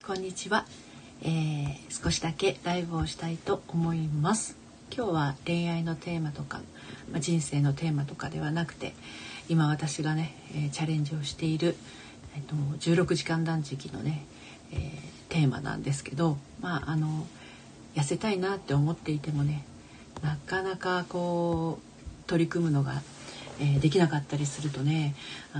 こんにちは、少しだけライブをしたいと思います。今日は恋愛のテーマとか、人生のテーマとかではなくて、今私がね、チャレンジをしている、16時間断食のね、テーマなんですけど、痩せたいなって思っていてもね、なかなかこう取り組むのが、できなかったりするとね、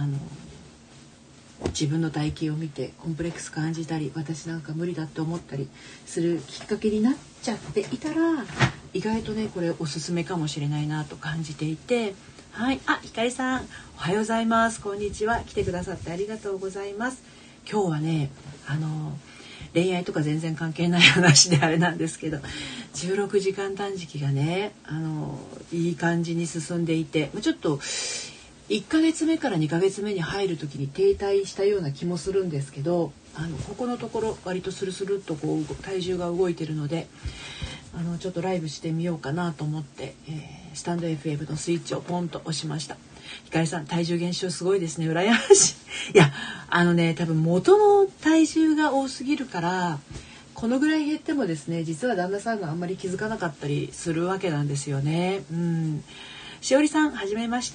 自分の体型を見てコンプレックス感じたり、私なんか無理だって思ったりするきっかけになっちゃっていたら、意外とねこれおすすめかもしれないなと感じていて、はい、ひかりさんおはようございます。こんにちは。来てくださってありがとうございます。今日はね恋愛とか全然関係ない話であれなんですけど、16時間断食がねいい感じに進んでいて、ちょっと1ヶ月目から2ヶ月目に入る時に停滞したような気もするんですけど、ここのところ割とスルスルっとこう体重が動いてるので、ちょっとライブしてみようかなと思って、スタンド FM のスイッチをポンと押しました。ひかりさん、体重減少すごいですね。羨ましい。いや多分元の体重が多すぎるから、このぐらい減ってもですね、実は旦那さんがあんまり気づかなかったりするわけなんですよね。しおりさん、はじめまして、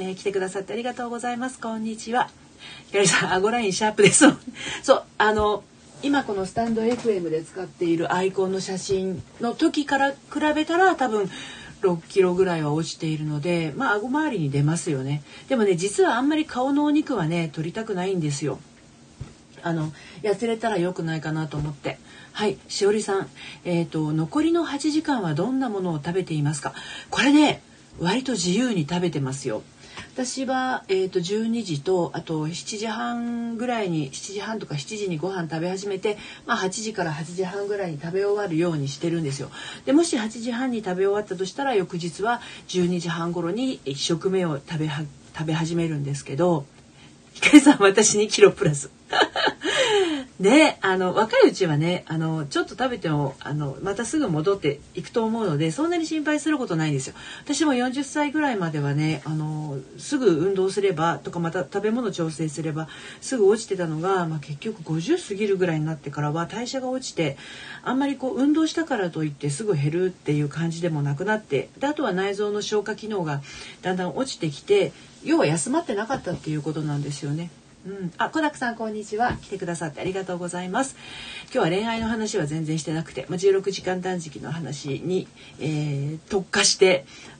来てくださってありがとうございます。こんにちは。ひかりさん、顎ラインシャープです。そう今このスタンド FM で使っているアイコンの写真の時から比べたら多分6キロぐらいは落ちているので、顎周りに出ますよね。でもね、実はあんまり顔のお肉はね取りたくないんですよ。痩せれたら良くないかなと思って。はい、しおりさん、残りの8時間はどんなものを食べていますか？これね、割と自由に食べてますよ。私は、12時とあと7時半ぐらいに、7時半とか7時にご飯食べ始めて、8時から8時半ぐらいに食べ終わるようにしてるんですよ。でもし8時半に食べ終わったとしたら、翌日は12時半頃に1食目を食べ始めるんですけど、ひかりさん、私2キロプラス。で、若いうちはね、ちょっと食べてもまたすぐ戻っていくと思うので、そんなに心配することないんですよ。私も40歳ぐらいまではね、すぐ運動すればとか、また食べ物調整すればすぐ落ちてたのが、結局50過ぎるぐらいになってからは代謝が落ちて、あんまりこう運動したからといってすぐ減るっていう感じでもなくなって、であとは内臓の消化機能がだんだん落ちてきて、要は休まってなかったっていうことなんですよね。コダックさん、こんにちは。来てくださってありがとうございます。今日は恋愛の話は全然してなくて、16時間断食の話に、特化して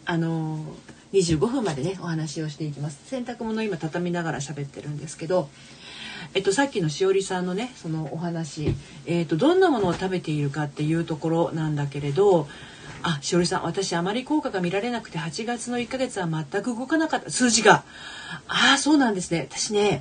25分までねお話をしていきます。洗濯物今畳みながら喋ってるんですけど、さっきのしおりさんのねそのお話、どんなものを食べているかっていうところなんだけれど、しおりさん、私あまり効果が見られなくて8月の1ヶ月は全く動かなかった。数字がそうなんですね。私ね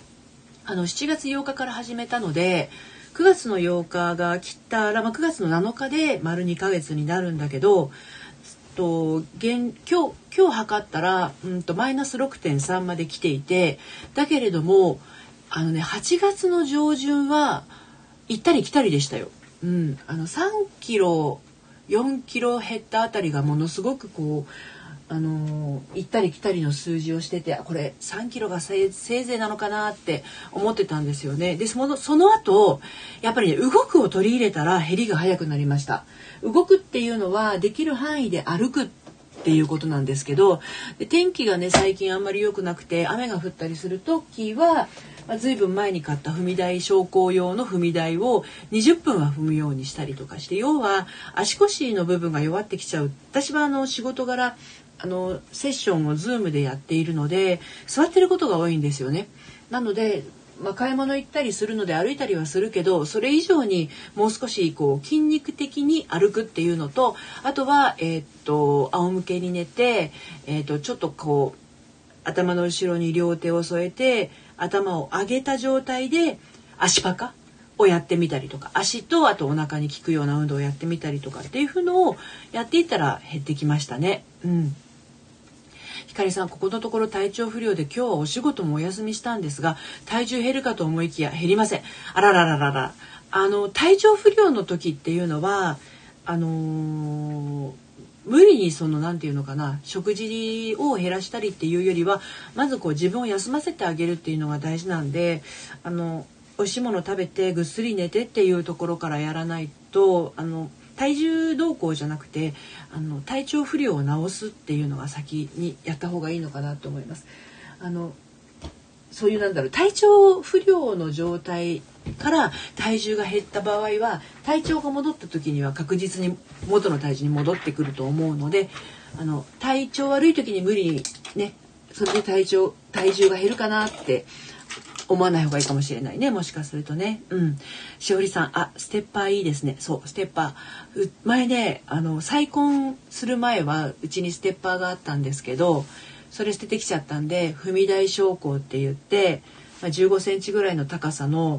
7月8日から始めたので、9月の8日が切ったら、9月の7日で丸2ヶ月になるんだけど、今日測ったらマイナス 6.3 まで来ていて、だけれども8月の上旬は行ったり来たりでしたよ。3キロ4キロ減ったあたりがものすごくこう行ったり来たりの数字をしてて、これ3キロがせいぜいなのかなって思ってたんですよね。でその後やっぱりね、動くを取り入れたら減りが早くなりました。動くっていうのはできる範囲で歩くっていうことなんですけど、で天気がね最近あんまり良くなくて雨が降ったりする時は、ずいぶん前に買った踏み台、昇降用の踏み台を20分は踏むようにしたりとかして、要は足腰の部分が弱ってきちゃう。私は仕事柄セッションをズームでやっているので座ってることが多いんですよね。なので、買い物行ったりするので歩いたりはするけど、それ以上にもう少しこう筋肉的に歩くっていうのと、あとは仰向けに寝て、ちょっとこう頭の後ろに両手を添えて頭を上げた状態で足パカをやってみたりとか、足とあとお腹に効くような運動をやってみたりとかっていうのをやっていったら減ってきましたね。ひかりさん、ここのところ体調不良で今日はお仕事もお休みしたんですが、体重減るかと思いきや減りません。あららららら。体調不良の時っていうのは無理になんていうのかな、食事を減らしたりっていうよりは、まずこう自分を休ませてあげるっていうのが大事なんで、 美味しいもの食べてぐっすり寝てっていうところからやらないと体重動向じゃなくて体調不良を治すっていうのが先にやった方がいいのかなと思います。そういう体調不良の状態から体重が減った場合は体調が戻った時には確実に元の体重に戻ってくると思うので体調悪い時に無理にねそれで体重が減るかなって思わない方がいいかもしれないね、もしかするとね。しおりさん、ステッパーいいですね。そう、ステッパー前ね再婚する前はうちにステッパーがあったんですけど、それ捨ててきちゃったんで踏み台昇降って言って、15センチぐらいの高さの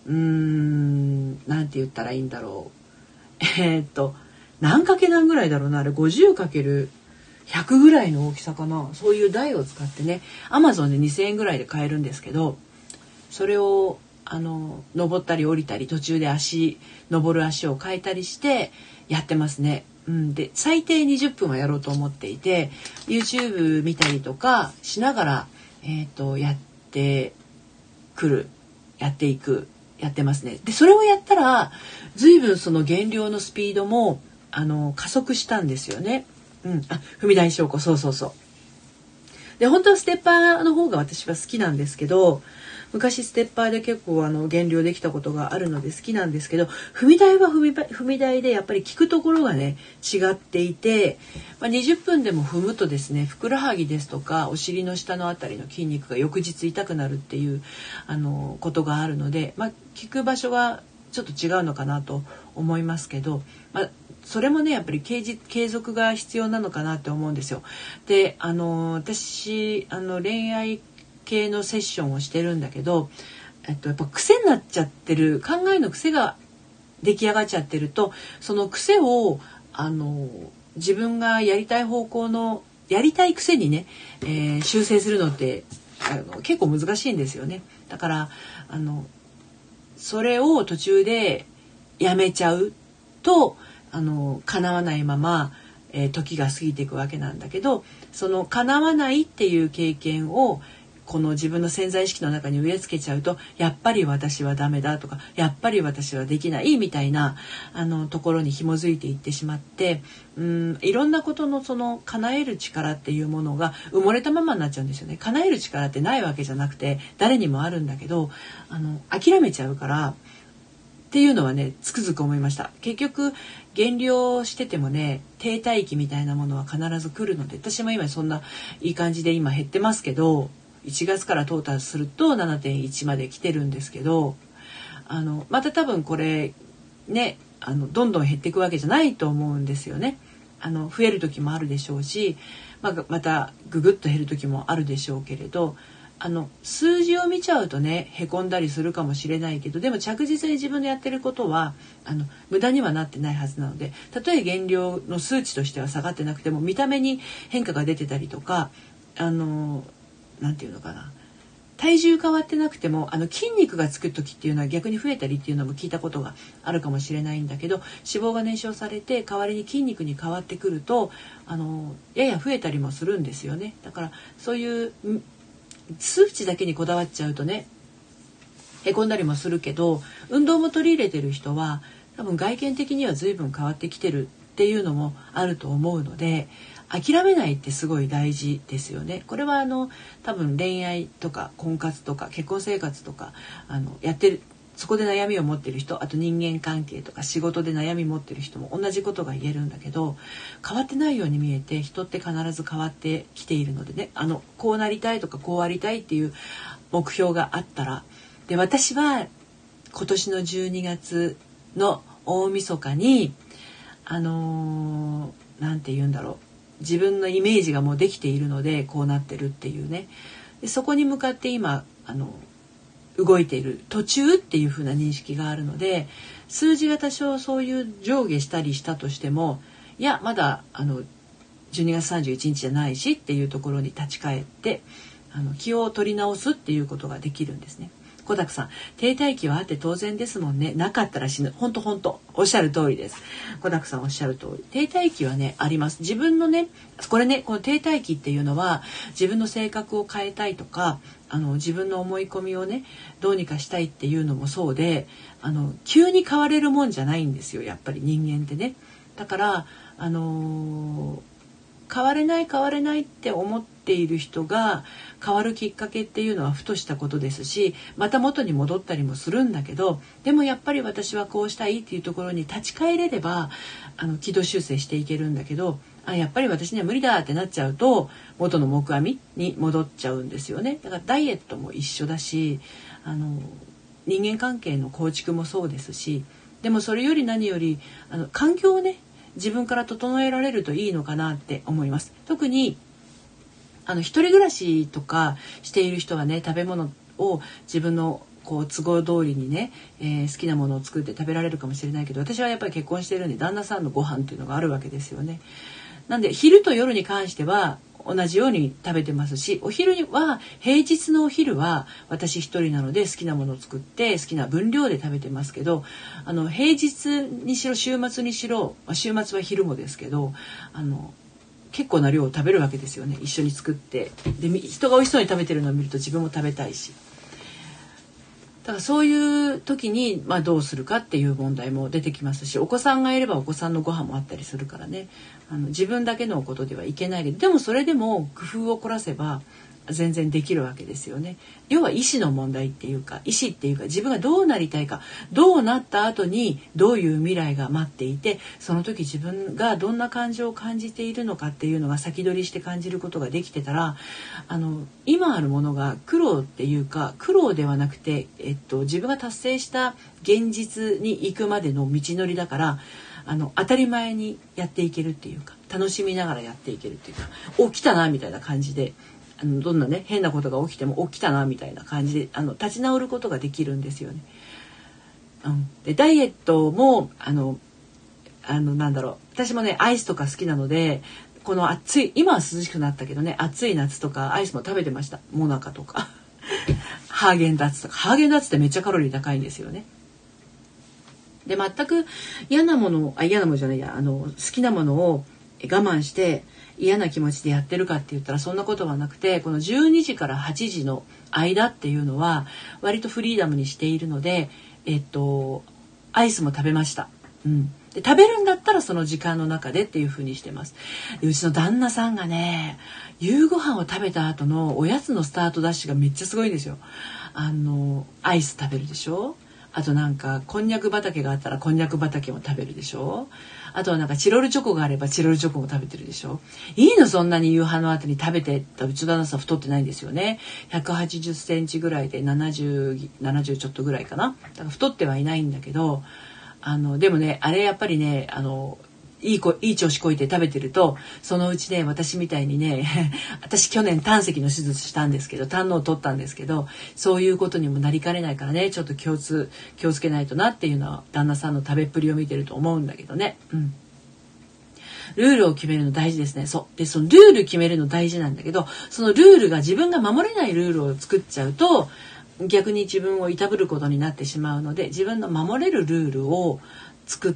なんて言ったらいいんだろう何かけ何ぐらいだろうな、あれ 50×100 ぐらいの大きさかな、そういう台を使ってね、アマゾンで2000円ぐらいで買えるんですけど、それを登ったり降りたり途中で登る足を変えたりしてやってますね。で最低20分はやろうと思っていて YouTube 見たりとかしながら、やってますね。でそれをやったら随分その減量のスピードも加速したんですよね。踏み台昇降、そう。で本当はステッパーの方が私は好きなんですけど、昔ステッパーで結構減量できたことがあるので好きなんですけど、踏み台は踏み台でやっぱり効くところがね違っていて、20分でも踏むとですね、ふくらはぎですとかお尻の下のあたりの筋肉が翌日痛くなるっていうことがあるので、効く場所はちょっと違うのかなと思いますけど、それもねやっぱり継続が必要なのかなって思うんですよ。で私恋愛系のセッションをしてるんだけど、やっぱ癖になっちゃってる、考えの癖が出来上がっちゃってると、その癖を自分がやりたい方向のやりたい癖にね、修正するのって結構難しいんですよね。だからそれを途中でやめちゃうと叶わないまま、時が過ぎていくわけなんだけど、その叶わないっていう経験をこの自分の潜在意識の中に植え付けちゃうと、やっぱり私はダメだとか、やっぱり私はできないみたいなところに紐づいていってしまって、いろんなことのその叶える力っていうものが埋もれたままになっちゃうんですよね。叶える力ってないわけじゃなくて誰にもあるんだけど、諦めちゃうからっていうのはねつくづく思いました。結局減量しててもね停滞期みたいなものは必ず来るので、私も今そんないい感じで今減ってますけど、1月からトータルすると 7.1 まで来てるんですけど、また多分これねどんどん減っていくわけじゃないと思うんですよね。増える時もあるでしょうし、またググッと減る時もあるでしょうけれど、数字を見ちゃうとねへこんだりするかもしれないけど、でも着実に自分のやってることは無駄にはなってないはずなので、たとえ減量の数値としては下がってなくても見た目に変化が出てたりとか、なんていうのかな、体重変わってなくても筋肉がつく時っていうのは逆に増えたりっていうのも聞いたことがあるかもしれないんだけど、脂肪が燃焼されて代わりに筋肉に変わってくるとやや増えたりもするんですよね。だからそういう数値だけにこだわっちゃうとねへこんだりもするけど、運動も取り入れてる人は多分外見的には随分変わってきてるっていうのもあると思うので、諦めないってすごい大事ですよね。これは多分恋愛とか婚活とか結婚生活とかやってる、そこで悩みを持ってる人、あと人間関係とか仕事で悩み持ってる人も同じことが言えるんだけど、変わってないように見えて人って必ず変わってきているのでね、こうなりたいとかこうありたいっていう目標があったら、で私は今年の12月の大晦日になんて言うんだろう、自分のイメージがもうできているのでこうなってるっていうね、でそこに向かって今動いている途中っていう風な認識があるので、数字が多少そういう上下したりしたとしても、いやまだ12月31日じゃないしっていうところに立ち返って気を取り直すっていうことができるんですね。小沢さん、停滞期はあって当然ですもんね。なかったら死ぬ。本当おっしゃる通りです。小沢さんおっしゃる通り。停滞期はねあります。自分のねこの停滞期っていうのは自分の性格を変えたいとか自分の思い込みをねどうにかしたいっていうのもそうで急に変われるもんじゃないんですよ、やっぱり人間ってね。だから変われないって思っている人が変わるきっかけっていうのはふとしたことですし、また元に戻ったりもするんだけど、でもやっぱり私はこうしたいっていうところに立ち返れれば軌道修正していけるんだけど、やっぱり私には無理だってなっちゃうと元の木阿弥に戻っちゃうんですよね。だからダイエットも一緒だし人間関係の構築もそうですし、でもそれより何より環境をね自分から整えられるといいのかなって思います。特に一人暮らしとかしている人はね、食べ物を自分のこう都合通りにね、好きなものを作って食べられるかもしれないけど、私はやっぱり結婚しているんで旦那さんのご飯っていうのがあるわけですよね。なんで昼と夜に関しては同じように食べてますし、お昼は平日のお昼は私一人なので好きなものを作って好きな分量で食べてますけど、平日にしろ週末にしろ、週末は昼もですけど結構な量を食べるわけですよね、一緒に作って。で人が美味しそうに食べてるのを見ると自分も食べたいし、だからそういう時にどうするかっていう問題も出てきますし、お子さんがいればお子さんのご飯もあったりするからね、自分だけのことではいけないけど、でもそれでも工夫を凝らせば全然できるわけですよね。要は意思の問題っていうか、自分がどうなりたいか、どうなった後にどういう未来が待っていて、その時自分がどんな感情を感じているのかっていうのが先取りして感じることができてたら、今あるものが苦労っていうか、苦労ではなくて、自分が達成した現実に行くまでの道のりだから、当たり前にやっていけるっていうか、楽しみながらやっていけるっていうか、起きたなみたいな感じで、どんなね変なことが起きても起きたなみたいな感じで立ち直ることができるんですよね。でダイエットもなんだろう、私もねアイスとか好きなので、この今は涼しくなったけどね、暑い夏とかアイスも食べてました。モナカとかハーゲンダッツとか。ハーゲンダッツってめっちゃカロリー高いんですよね。で全く嫌なものじゃないや、好きなものを我慢して嫌な気持ちでやってるかって言ったらそんなことはなくて、この12時から8時の間っていうのは割とフリーダムにしているので、アイスも食べました。で食べるんだったらその時間の中でっていう風にしてます。でうちの旦那さんがね、夕ご飯を食べた後のおやつのスタートダッシュがめっちゃすごいんですよ。アイス食べるでしょ。あとなんかこんにゃく畑があったらこんにゃく畑も食べるでしょ。あとはなんかチロルチョコがあればチロルチョコも食べてるでしょ。いいのそんなに夕飯の後に食べてった。うちの旦那さん太ってないんですよね。180センチぐらいで70ちょっとぐらいかな。だから太ってはいないんだけど、でもねあれやっぱりねいい調子こいて食べてると、そのうちね私みたいにね私去年胆石の手術したんですけど、胆のを取ったんですけど、そういうことにもなりかねないからね、ちょっと気をつけないとなっていうのは旦那さんの食べっぷりを見てると思うんだけどね。ルールを決めるの大事ですね。そのルール決めるの大事なんだけど、そのルールが自分が守れないルールを作っちゃうと逆に自分をいたぶることになってしまうので、自分の守れるルールを作って、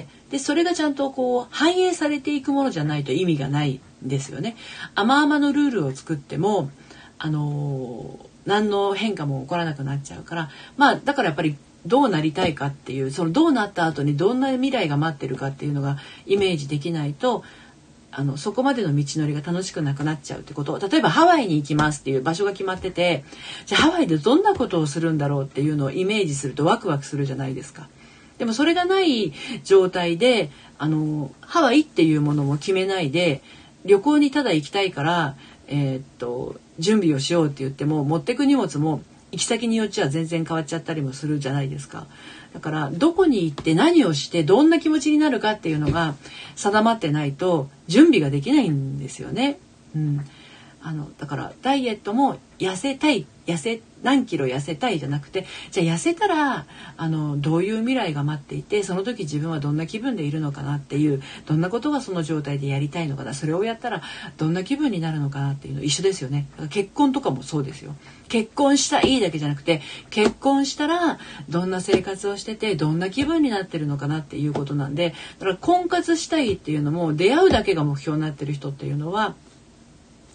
でそれがちゃんとこう反映されていくものじゃないと意味がないんですよね。甘々のルールを作っても何の変化も起こらなくなっちゃうから、だからやっぱりどうなりたいかっていう、そのどうなった後にどんな未来が待ってるかっていうのがイメージできないとそこまでの道のりが楽しくなくなっちゃうってこと。例えばハワイに行きますっていう場所が決まってて、じゃあハワイでどんなことをするんだろうっていうのをイメージするとワクワクするじゃないですか。でもそれがない状態でハワイっていうものも決めないで旅行にただ行きたいから、準備をしようって言っても持ってく荷物も行き先によっちゃ全然変わっちゃったりもするじゃないですか。だからどこに行って何をしてどんな気持ちになるかっていうのが定まってないと準備ができないんですよね。だからダイエットも何キロ痩せたいじゃなくて、じゃあ痩せたらどういう未来が待っていて、その時自分はどんな気分でいるのかなっていう、どんなことがその状態でやりたいのかな、それをやったらどんな気分になるのかなっていうの一緒ですよね。だから結婚とかもそうですよ。結婚したいだけじゃなくて、結婚したらどんな生活をしててどんな気分になってるのかなっていうことなんで、だから婚活したいっていうのも出会うだけが目標になってる人っていうのは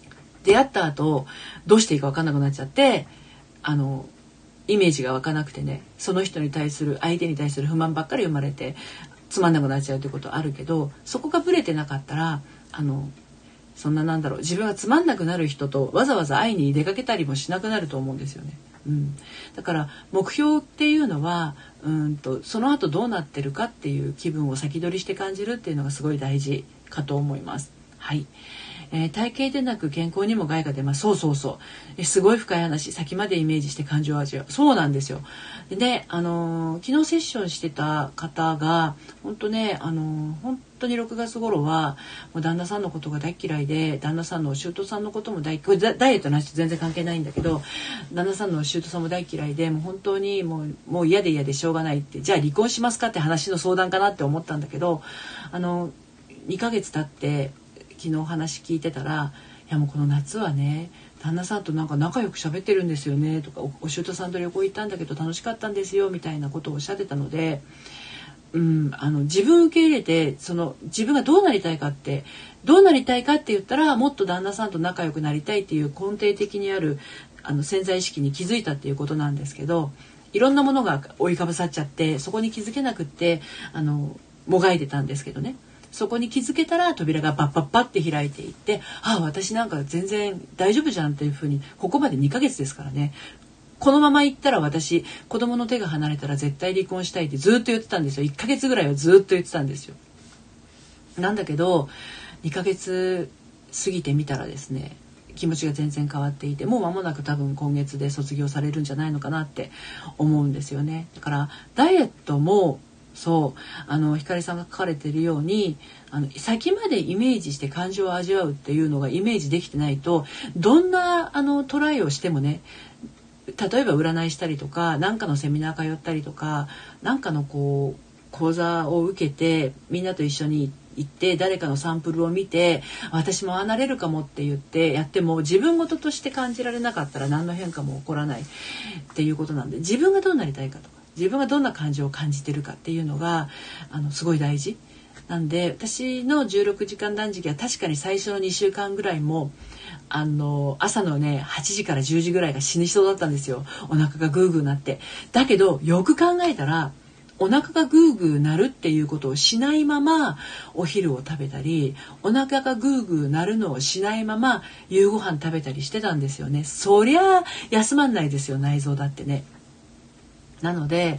出会った後どうしていいか分かんなくなっちゃってイメージが湧かなくてね、その人に対する相手に対する不満ばっかり生まれてつまんなくなっちゃうということあるけど、そこがブレてなかったらそんな自分がつまんなくなる人とわざわざ会いに出かけたりもしなくなると思うんですよね。だから目標っていうのはその後どうなってるかっていう気分を先取りして感じるっていうのがすごい大事かと思います。はい。体型でなく健康にも害が出ます。そうすごい深い話、先までイメージして感情を味わう。そうなんですよ。で、昨日セッションしてた方が本当ね、本当に6月頃はもう旦那さんのことが大嫌いで、旦那さんのお舅さんのこともこれダイエットの話と全然関係ないんだけど、旦那さんのお舅さんも大嫌いで、もう本当にもう嫌でしょうがないって、じゃあ離婚しますかって話の相談かなって思ったんだけど、2ヶ月経って昨日話聞いてたら、いやもうこの夏はね、旦那さんと仲良く喋ってるんですよねとか、お舅さんと旅行行ったんだけど楽しかったんですよみたいなことをおっしゃってたので、自分受け入れて、自分がどうなりたいかって言ったら、もっと旦那さんと仲良くなりたいっていう根底的にある潜在意識に気づいたっていうことなんですけど、いろんなものが追いかぶさっちゃってそこに気づけなくってもがいてたんですけどね、そこに気づけたら扉がバッバッバッって開いていって、私全然大丈夫じゃんっていうふうに、ここまで2ヶ月ですからね。このまま行ったら私、子供の手が離れたら絶対離婚したいってずっと言ってたんですよ。1ヶ月ぐらいはずっと言ってたんですよ。なんだけど2ヶ月過ぎてみたらですね、気持ちが全然変わっていて、もう間もなく多分今月で卒業されるんじゃないのかなって思うんですよね。だからダイエットもひかりさんが書かれているように先までイメージして感情を味わうっていうのがイメージできてないと、どんなトライをしてもね、例えば占いしたりとか、何かのセミナー通ったりとか、何かの講座を受けてみんなと一緒に行って誰かのサンプルを見て、私もなれるかもって言ってやっても、自分事として感じられなかったら何の変化も起こらないっていうことなんで、自分がどうなりたいかとか、自分がどんな感情を感じてるかっていうのがすごい大事なんで、私の16時間断食は確かに最初の2週間ぐらいも朝のね8時から10時ぐらいが死にそうだったんですよ。お腹がグーグーなって。だけどよく考えたら、お腹がグーグーなるっていうことをしないままお昼を食べたり、お腹がグーグーなるのをしないまま夕ご飯食べたりしてたんですよね。そりゃ休まんないですよ、内臓だってね。なので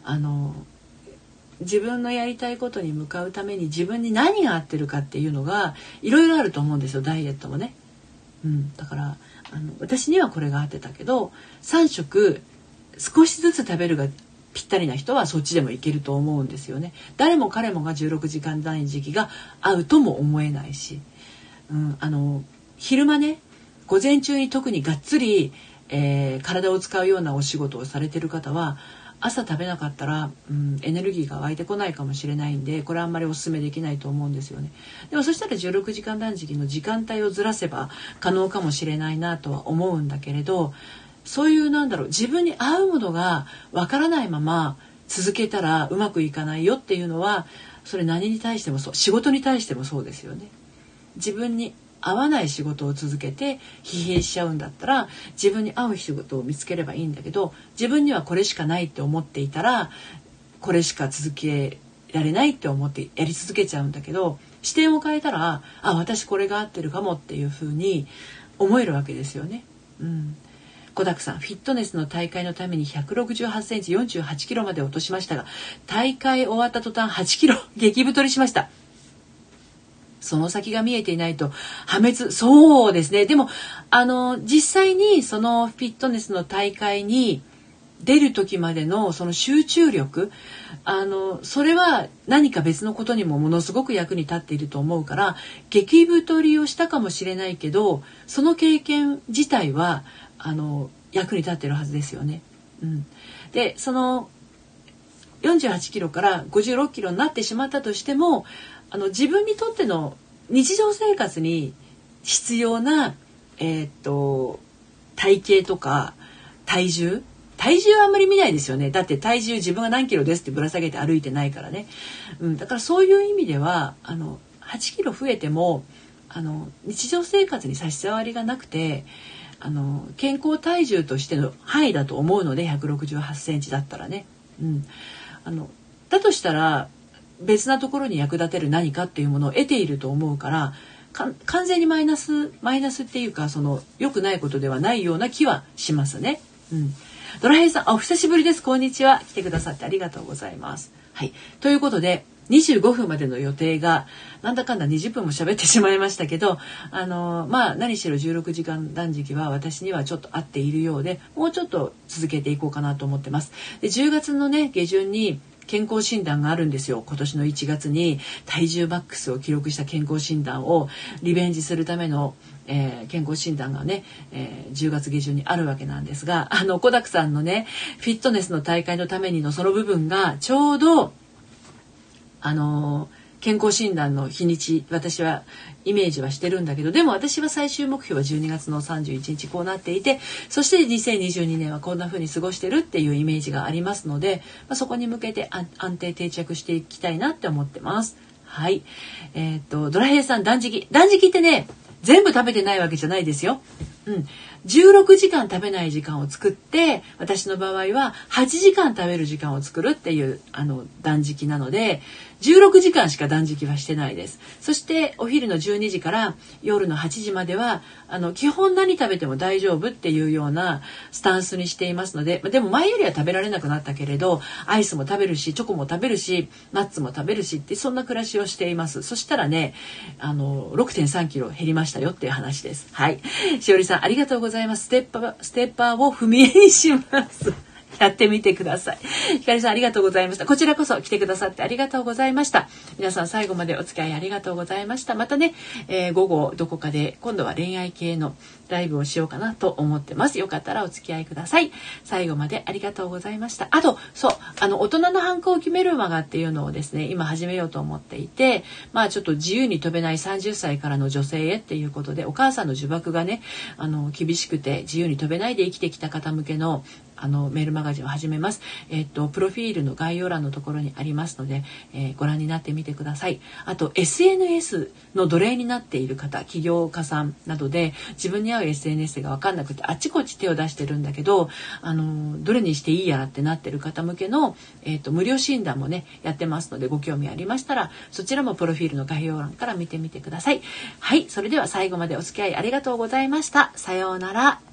自分のやりたいことに向かうために自分に何が合ってるかっていうのがいろいろあると思うんですよ、ダイエットもね。だから私にはこれが合ってたけど、3食少しずつ食べるがぴったりな人はそっちでもいけると思うんですよね。誰も彼もが16時間断食が合うとも思えないし、昼間ね、午前中に特にがっつり、体を使うようなお仕事をされてる方は朝食べなかったら、エネルギーが湧いてこないかもしれないんで、これはあんまりお勧めできないと思うんですよね。でもそしたら16時間断食の時間帯をずらせば可能かもしれないなとは思うんだけれど、そういう自分に合うものがわからないまま続けたらうまくいかないよっていうのは、それ何に対してもそう、仕事に対してもそうですよね。自分に合わない仕事を続けて疲弊しちゃうんだったら、自分に合う仕事を見つければいいんだけど、自分にはこれしかないって思っていたらこれしか続けられないって思ってやり続けちゃうんだけど、視点を変えたら私これが合ってるかもっていう風に思えるわけですよね。小沢さん、フィットネスの大会のために168センチ48キロまで落としましたが、大会終わった途端8キロ激太りしました。その先が見えていないと破滅。そうですね。でも実際にそのフィットネスの大会に出る時までのその集中力、それは何か別のことにもものすごく役に立っていると思うから、激太りをしたかもしれないけど、その経験自体は役に立ってるはずですよね。でその48キロから56キロになってしまったとしても、自分にとっての日常生活に必要な、体型とか体重はあんまり見ないですよね。だって体重自分が何キロですってぶら下げて歩いてないからね。だからそういう意味では8キロ増えても日常生活に差し障りがなくて健康体重としての範囲だと思うので168センチだったらね、だとしたら別なところに役立てる何かっていうものを得ていると思うから完全にマイナスっていうか良くないことではないような気はしますね。ドラヘイさんお久しぶりです。こんにちは。来てくださってありがとうございます。はい、ということで25分までの予定がなんだかんだ20分も喋ってしまいましたけど何しろ16時間断食は私にはちょっと合っているようでもうちょっと続けていこうかなと思ってます。で10月のね下旬に健康診断があるんですよ。今年の1月に体重マックスを記録した健康診断をリベンジするための、健康診断がね、10月下旬にあるわけなんですが小沢さんのねフィットネスの大会のためにのその部分がちょうど健康診断の日にち私はイメージはしてるんだけどでも私は最終目標は12月の31日こうなっていてそして2022年はこんな風に過ごしてるっていうイメージがありますので、そこに向けて安定定着していきたいなって思ってます。はい、ドラヘイさん断食ってね全部食べてないわけじゃないですよ。16時間食べない時間を作って私の場合は8時間食べる時間を作るっていう断食なので16時間しか断食はしてないです。そしてお昼の12時から夜の8時までは基本何食べても大丈夫っていうようなスタンスにしていますのででも前よりは食べられなくなったけれどアイスも食べるしチョコも食べるしナッツも食べるしってそんな暮らしをしています。そしたらね6.3 キロ減りましたよっていう話です。はい、しおりさんありがとうございます。ステッパーを踏み絵にしますやってみてください。ひかりさんありがとうございました。こちらこそ来てくださってありがとうございました。皆さん最後までお付き合いありがとうございました。またね、午後どこかで今度は恋愛系のライブをしようかなと思ってます。よかったらお付き合いください。最後までありがとうございました。あと大人の反抗を決めるマガっていうのをですね今始めようと思っていてちょっと自由に飛べない30歳からの女性へっていうことでお母さんの呪縛がね厳しくて自由に飛べないで生きてきた方向けのメールマガジンを始めます。プロフィールの概要欄のところにありますので、ご覧になってみてください。あと SNS の奴隷になっている方起業家さんなどで自分に合う SNS が分かんなくてあっちこっち手を出してるんだけどどれにしていいやらってなってる方向けの、無料診断もねやってますのでご興味ありましたらそちらもプロフィールの概要欄から見てみてください。はい、それでは最後までお付き合いありがとうございました。さようなら。